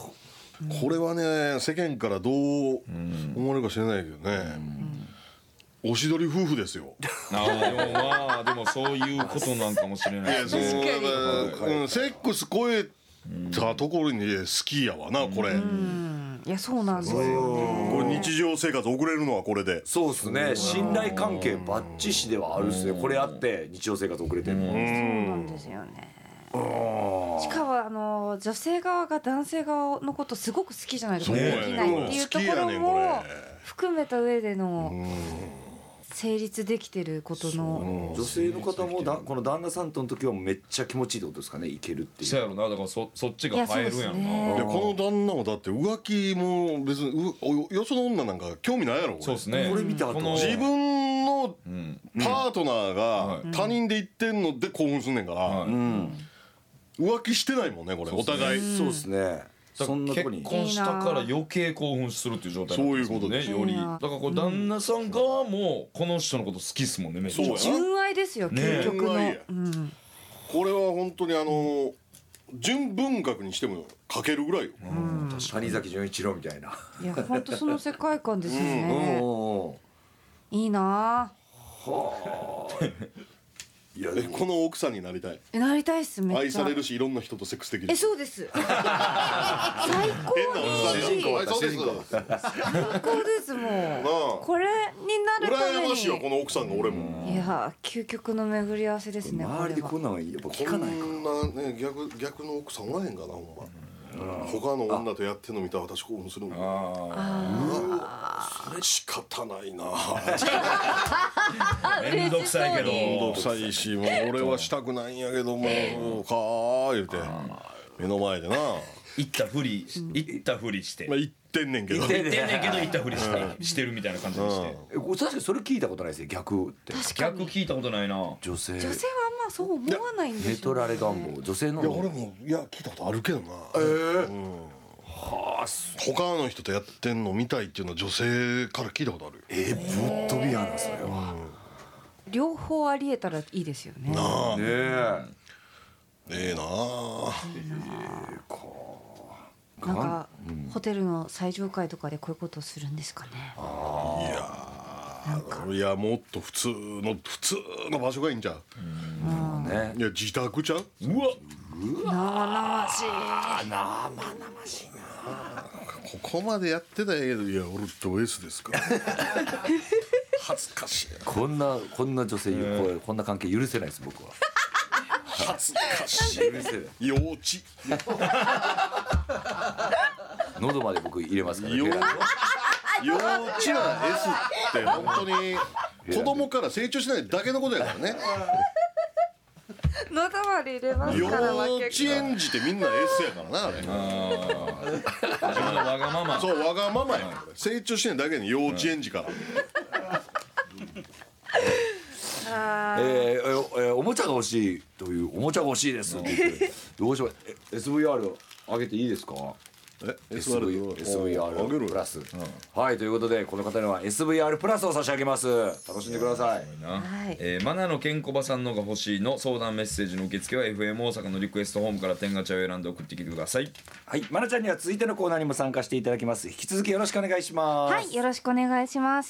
これはね世間からどう思われるか知らないけどね。 おしどり夫婦ですよ。 でもまあでもそういうことなんかもしれないですね。 セックス超えたところに好きやわなこれ。 いやそうなんですよね。 これ日常生活送れるのはこれで。 そうですね、信頼関係バッチシではあるっすね。これあって日常生活送れてるの。 そうなんですよね。しかも女性側が男性側のことすごく好きじゃないですか。できないっていうところも含めた上での成立できてることの。 女性の方もこの旦那さんとの時はめっちゃ気持ちいいってことですかね、いけるっていう。 そうやろな、だからそっちが入るやんな。 いやこの旦那もだって浮気も別によその女なんか興味ないやろこれ。 そうですね。 これ見た後自分のパートナーが他人で言ってんので興奮すんねんから、浮気してないもんねこれお互い。 そうですね。そんなとこに結婚したから余計興奮するっていう状態なんですよね。 そういうことよりだからこう旦那さん側もこの人のこと好きっすもんね。めっちゃ純愛ですよ究極の。 これは本当に純文学にしても書けるぐらいよ。 谷崎潤一郎みたいな。 いや本当その世界観ですよね。いいな。 この奥さんになりたい。 なりたいっす。めっちゃ愛されるしいろんな人とセックスできる。 そうです。最高に主人公そうです。 最高ですもん。これになるために羨ましいよこの奥さんが俺も。 いや究極の巡り合わせですね。 周りでこんなのやっぱ聞かないから。 こんなね逆の奥さんおらへんかなほんま。他の女とやってんの見たら私興奮するもん。それ仕方ないな。 めんどくさいけど。 めんどくさいしもう俺はしたくないんやけどもかー言うて目の前でな。 行ったふりして。 まあ言ってんねんけど。 言ってんねんけど行ったふりしてるみたいな感じにして。 確かにそれ聞いたことないですよ逆って。 逆聞いたことないな。 女性はあんまそう思わないんですよ。 寝取られ願望女性の。 いや俺も聞いたことあるけどな。他の人とやってんの見たいっていうのは女性から聞いたことあるよ。 ぶっ飛びやなそれは。 両方ありえたらいいですよね。 なあねえなあ。 なんかホテルの最上階とかでこういうことをするんですかね。 いやもっと普通の場所がいいんちゃう。いや自宅ちゃう。 うわ生々しい。 生々しいな。 ここまでやってたんやけどいや俺ド S ですから。恥ずかしい。 こんな女性こんな関係許せないです僕は。 恥ずかしい。 許せない。 幼稚。 喉まで僕入れますからね。 幼稚な S って本当に子供から成長しないだけのことやからね。 喉まで入れます幼から稚園児ってみんな S やからなあれ。 自分のわがまま。 そうわがままや。成長しないだけに幼稚園児から。 おもちゃが欲しいというおもちゃが欲しいですって言ってどうしよう。SVR 上げていいですか。SVR プラス。はいということでこの方には SVR プラスを差し上げます。楽しんでください。 マナのケンコバさんのが欲しいの相談メッセージの受付は FM 大阪のリクエストホームから天ガチャを選んで送ってきてください。 はい、マナちゃんには続いてのコーナーにも参加していただきます。引き続きよろしくお願いします。 はいよろしくお願いします。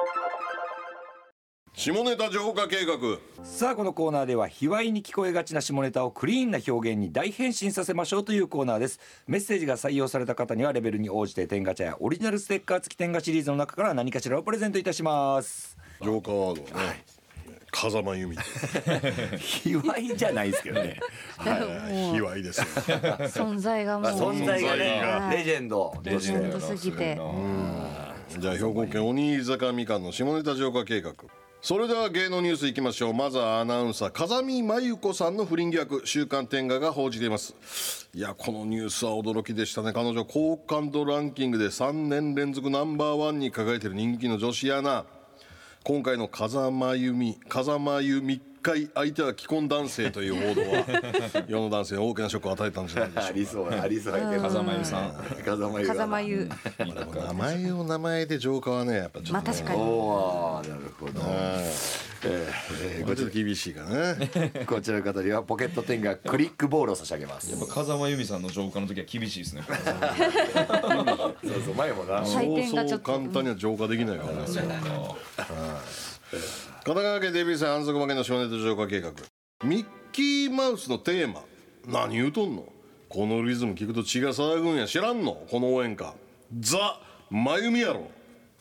下ネタ浄化計画。 さあこのコーナーでは卑猥に聞こえがちな下ネタをクリーンな表現に大変身させましょうというコーナーです。メッセージが採用された方にはレベルに応じて天ガチャやオリジナルステッカー付き天ガシリーズの中から何かしらをプレゼントいたします。 浄化ワードはね、風間由美。 卑猥じゃないですけどね。 卑猥ですよ。 存在がもう存在がねレジェンドレジェンドすぎて。 じゃあ兵庫県鬼坂みかんの下ネタ浄化計画。それでは芸能ニュースいきましょう。まずはアナウンサー風見真由子さんの不倫疑惑、週刊天下が報じています。いやこのニュースは驚きでしたね。彼女好感度ランキングで3年連続ナンバーワンに輝いている人気の女子アナ。今回の風間由美回相手は既婚男性という報道は世の男性に大きなショックを与えたんじゃないでしょうか。 ありそう風間由さん。 風間由。 でも名前を名前で浄化はねやっぱちょっと、ね、 まあ確かに。 おーなるほど。 これちょっと厳しいかな。 こちらの方にはポケット天がクリックボールを差し上げます。 やっぱ風間由美さんの浄化の時は厳しいですね。 そう前もな。 採点がちょそうっと簡単には浄化できないからね。 神奈川県デビュー戦反則負けの下ネタ浄化計画。ミッキーマウスのテーマ何言うとんの。このリズム聞くと血が騒ぐんや知らんの。この応援歌ザ・真由美やろ。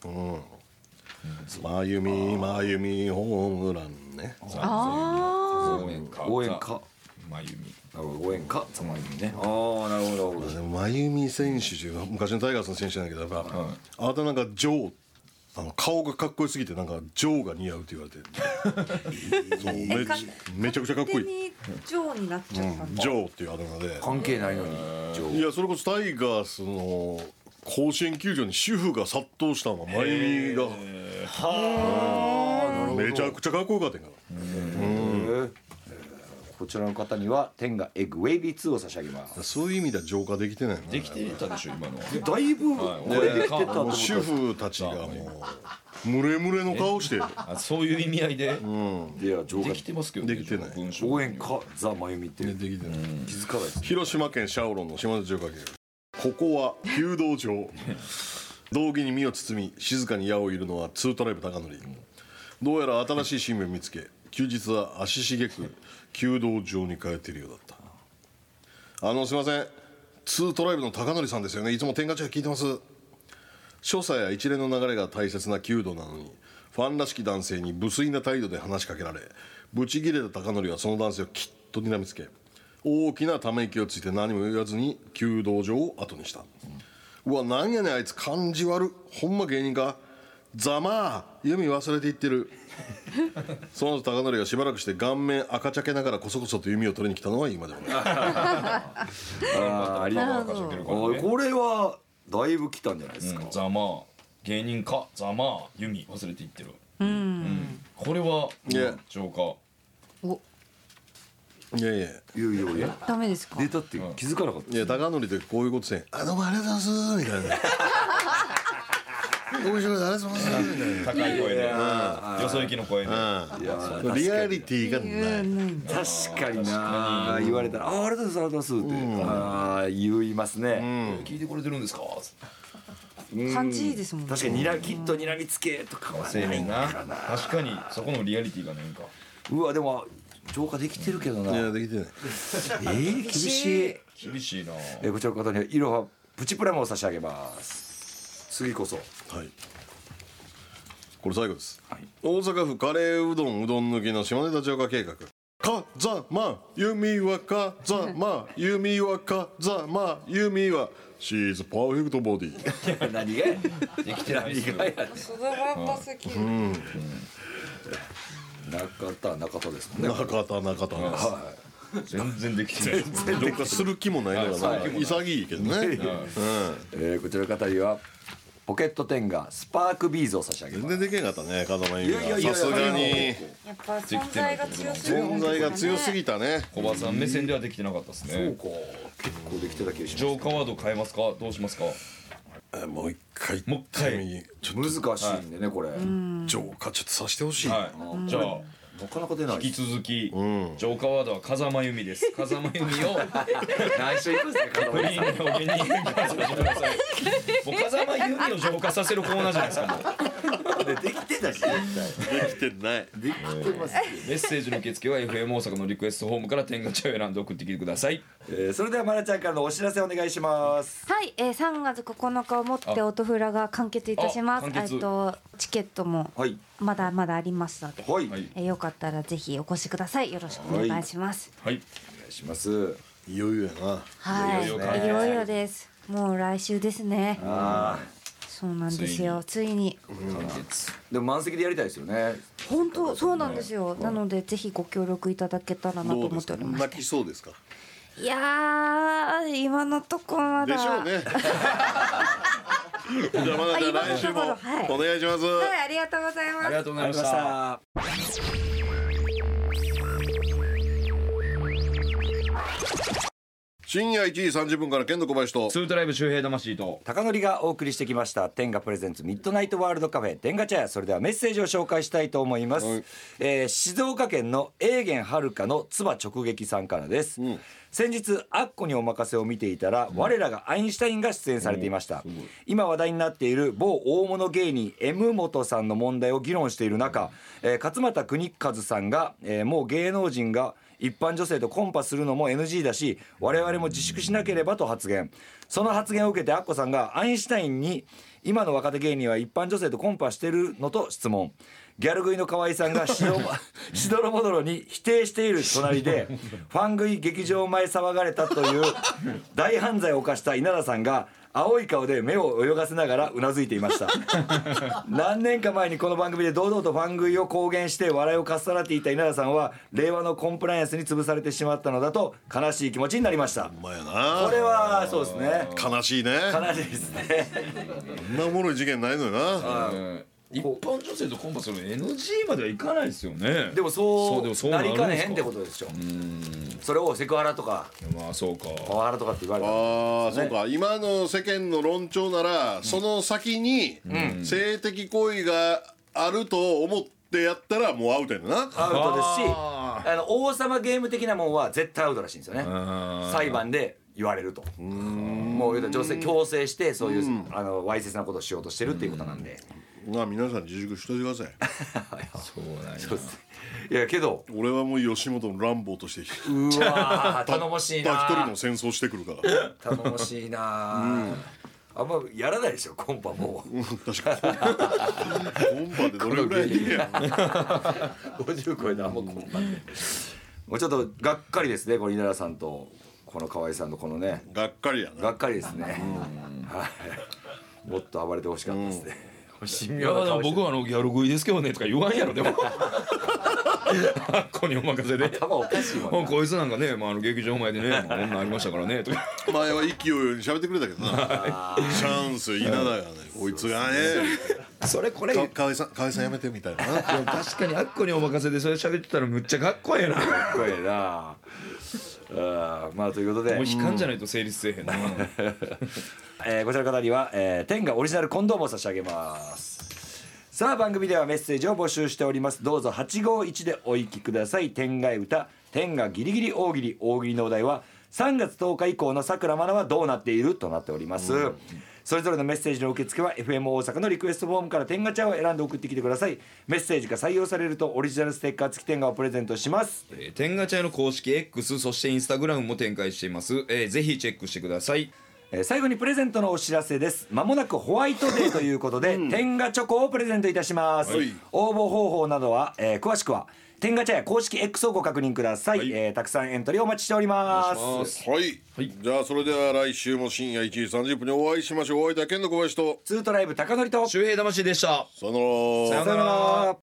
真由美真由美ホームランね。 応援歌応援歌真由美応援歌真由美ね。ああなるほど。 でも真由美選手っていう昔のタイガースの選手なんだけど、やっぱ、あなたなんかジョー顔がかっこよすぎてなんかジョーが似合うって言われてそうめちゃくちゃかっこいい。 勝手にジョーになっちゃったんだ。 ジョーっていうあだ名で。 関係ないのにいやそれこそタイガースの甲子園球場に主婦が殺到したのは真由美がめちゃくちゃかっこよかったんから。 こちらの方には天がエッグウェイビー2を差し上げます。 そういう意味では浄化できてないな。 できてたでしょ今のは。 だいぶこれできてたと思った。 主婦たちがもうムレムレの顔してる。 そういう意味合いでいや浄化できてますけどね。 できてない文章応援歌ザ真由美ってできてない。 気づかないですね。 広島県シャオロンの下ネタ浄化計画。ここは弓道場。道着に身を包み静かに矢を射るのはツートライブ高則。どうやら新しい趣味を見つけ休日は足しげく弓道場に通っているようだった。すいません、ツートライブの高則さんですよね。いつも天下茶屋聞いてます。所作や一連の流れが大切な弓道なのにファンらしき男性に無粋な態度で話しかけられ、ブチギレた高則はその男性をきっと睨みつけ大きなため息をついて何も言わずに弓道場を後にした。うわなんやねんあいつ感じ悪。ほんま芸人か。ざまあ弓忘れていってる。その後高則がしばらくして顔面赤茶けながらこそこそと弓を取りに来たのは今でもない。 ありがとう。これはだいぶ来たんじゃないですか。 ざまあ芸人かざまあ弓忘れていってる。これはいや浄化。 いやいやいやダメですか。 出たって気づかなかった。 いや高則ってこういうことせん。どうもありがとうございますみたいな。面白いありがとうございますみたいな。 高い声でよそ行きの声で。 リアリティがない。 確かにな言われたらありがとうございますって言いますね。 聞いてくれてるんですか。 感じいいですもんね。 確かにきっと睨みつけとかはせえへんな。確かにそこのリアリティがないんか。 うわでも浄化できてるけどな。 いやできてない。 厳しい。 厳しいな。 こちらの方にはいろはプチプラムを差し上げます。次こそ。 はい。これ最後です。大阪府カレーうどん抜きの下ネタ浄化計画。風間由美は風間由美は風間由美はシーズパーフェクトボディ。 何がやねん。 できてないですよ。 それはやっぱすぎる。 中田ですもんね。 中田全然できてない。 浄化する気もないのが潔いけどね。 こちらの方にはポケットテンガスパークビーズを差し上げます。 全然できなかったね風間由美は。さすがにやっぱ存在が強すぎる。 存在が強すぎたね。 小葉さん目線ではできてなかったですね。 そうか結構できてた気がします。 浄化ワード変えますか。どうしますか。 もう一回もう一回ちょっ難しいんでねこれ。 浄化ちょっとさせてほしい。 はい。じゃあ。 なかなか出ない。 引き続き浄化ワードは風間由美です。風間由美を何週いくんですか。 フリーの芸人変換させてください。もう風間由美を浄化させるコーナーじゃないですか。もうできてたし絶対できてない。 できてます。 メッセージの受付は FM 大阪のリクエストホームから天下茶を選んで送ってきてください。 それではまなちゃんからのお知らせお願いします。 はい、3月9日をもって音フラが完結いたします。チケットもまだまだありますので、よかったらぜひお越しください。よろしくお願いします。 はい、 お願いします。 いよいよやな。 はい、いよいよです。もう来週ですね。そうなんですよ。ついに。 でも満席でやりたいですよね。 本当そうなんですよ。なのでぜひご協力いただけたらなと思っております。 泣きそうですか。 いや今のところまだ。 でしょうね。じゃあまだ来週もお願いします。 はい、ありがとうございます。 ありがとうございました。 深夜1時30分から剣道小林とツートライブ周平魂と高典がお送りしてきました天下プレゼンツミッドナイトワールドカフェ天下茶屋。それではメッセージを紹介したいと思います、静岡県の永源はるかの唾直撃さんからです、先日アッコにお任せを見ていたら、我らがアインシュタインが出演されていました、今話題になっている某大物芸人 M 本さんの問題を議論している中、勝俣邦和さんが、もう芸能人が一般女性とコンパするのも NG だし我々も自粛しなければと発言。その発言を受けてアッコさんがアインシュタインに今の若手芸人は一般女性とコンパしてるのと質問。ギャル食いの河合さんがしどろもどろに否定している隣でファン食い劇場前騒がれたという大犯罪を犯した稲田さんが青い顔で目を泳がせながらうなずいていました何年か前にこの番組で堂々とファン食いを公言して笑いをかっさらっていた稲田さんは令和のコンプライアンスに潰されてしまったのだと悲しい気持ちになりました。 ほんまやな。 これはそうですね、 悲しいね。 悲しいですねこんなおもろい事件ないのよな。 一般女性とコンパするの NG まではいかないですよね。 でもそうなりかねへんってこことでしょ。それをセクハラとかまあそうかパワハラとかって言われたら、 ああ、そうか。今の世間の論調なら、その先に性的行為があると思ってやったらもうアウトやな。 アウトですし、王様ゲーム的なもんは絶対アウトらしいんですよね。裁判で言われると。もう言うたら女性強制してそういうわいせつなことをしようとしてるっていうことなんで。 まあ皆さん自粛しといてください。 そうなんや。 そうです。いやけど俺はもう吉本の乱暴としてうわー頼もしいな。 一人も戦争してくるから。 頼もしいな。あんまやらないでしょコンパもう。 確かに。コンパでどれぐらいいいやん。 50超えたらもうコンパで。もうちょっとがっかりですねこの稲田さんとこの河合さんのこのね。 がっかりやな。 がっかりですね。はい。もっと暴れてほしかったですね。神いや妙な顔して僕はギャル食いですけどねとか言わんやろでもあっこにお任せで頭おかしいもんな。 こいつなんかね、劇場前でね、こんなんありましたからねとか前は勢いより喋ってくれたけどな。チャンス稲田がね、こいつがね。 それこれ河合さんやめてみたいな。 確かにあっこにお任せでそれ喋ってたらむっちゃかっこええな。 かっこええな。まあということでもう悲観じゃないと成立せえへんな。 こちらの方には、天下オリジナルコンドームを差し上げます。さあ番組ではメッセージを募集しております。どうぞ851でお行きください。天下歌天下ギリギリ大喜利。大喜利のお題は3月10日以降のさくらまなはどうなっているとなっております。それぞれのメッセージの受付は FM 大阪のリクエストフォームから天下茶を選んで送ってきてください。メッセージが採用されるとオリジナルステッカー付き天下をプレゼントします。 天下茶屋の公式 X そしてインスタグラムも展開しています。ぜひチェックしてください。 最後にプレゼントのお知らせです。まもなくホワイトデーということで、天下チョコをプレゼントいたします、応募方法などは、詳しくは天下茶屋公式 X をご確認ください、たくさんエントリーお待ちしております。 はい、じゃあそれでは来週も深夜1時30分にお会いしましょう。お会いいた剣の小林とツートライブ高典と周平魂でした。 さよなら。 さよなら。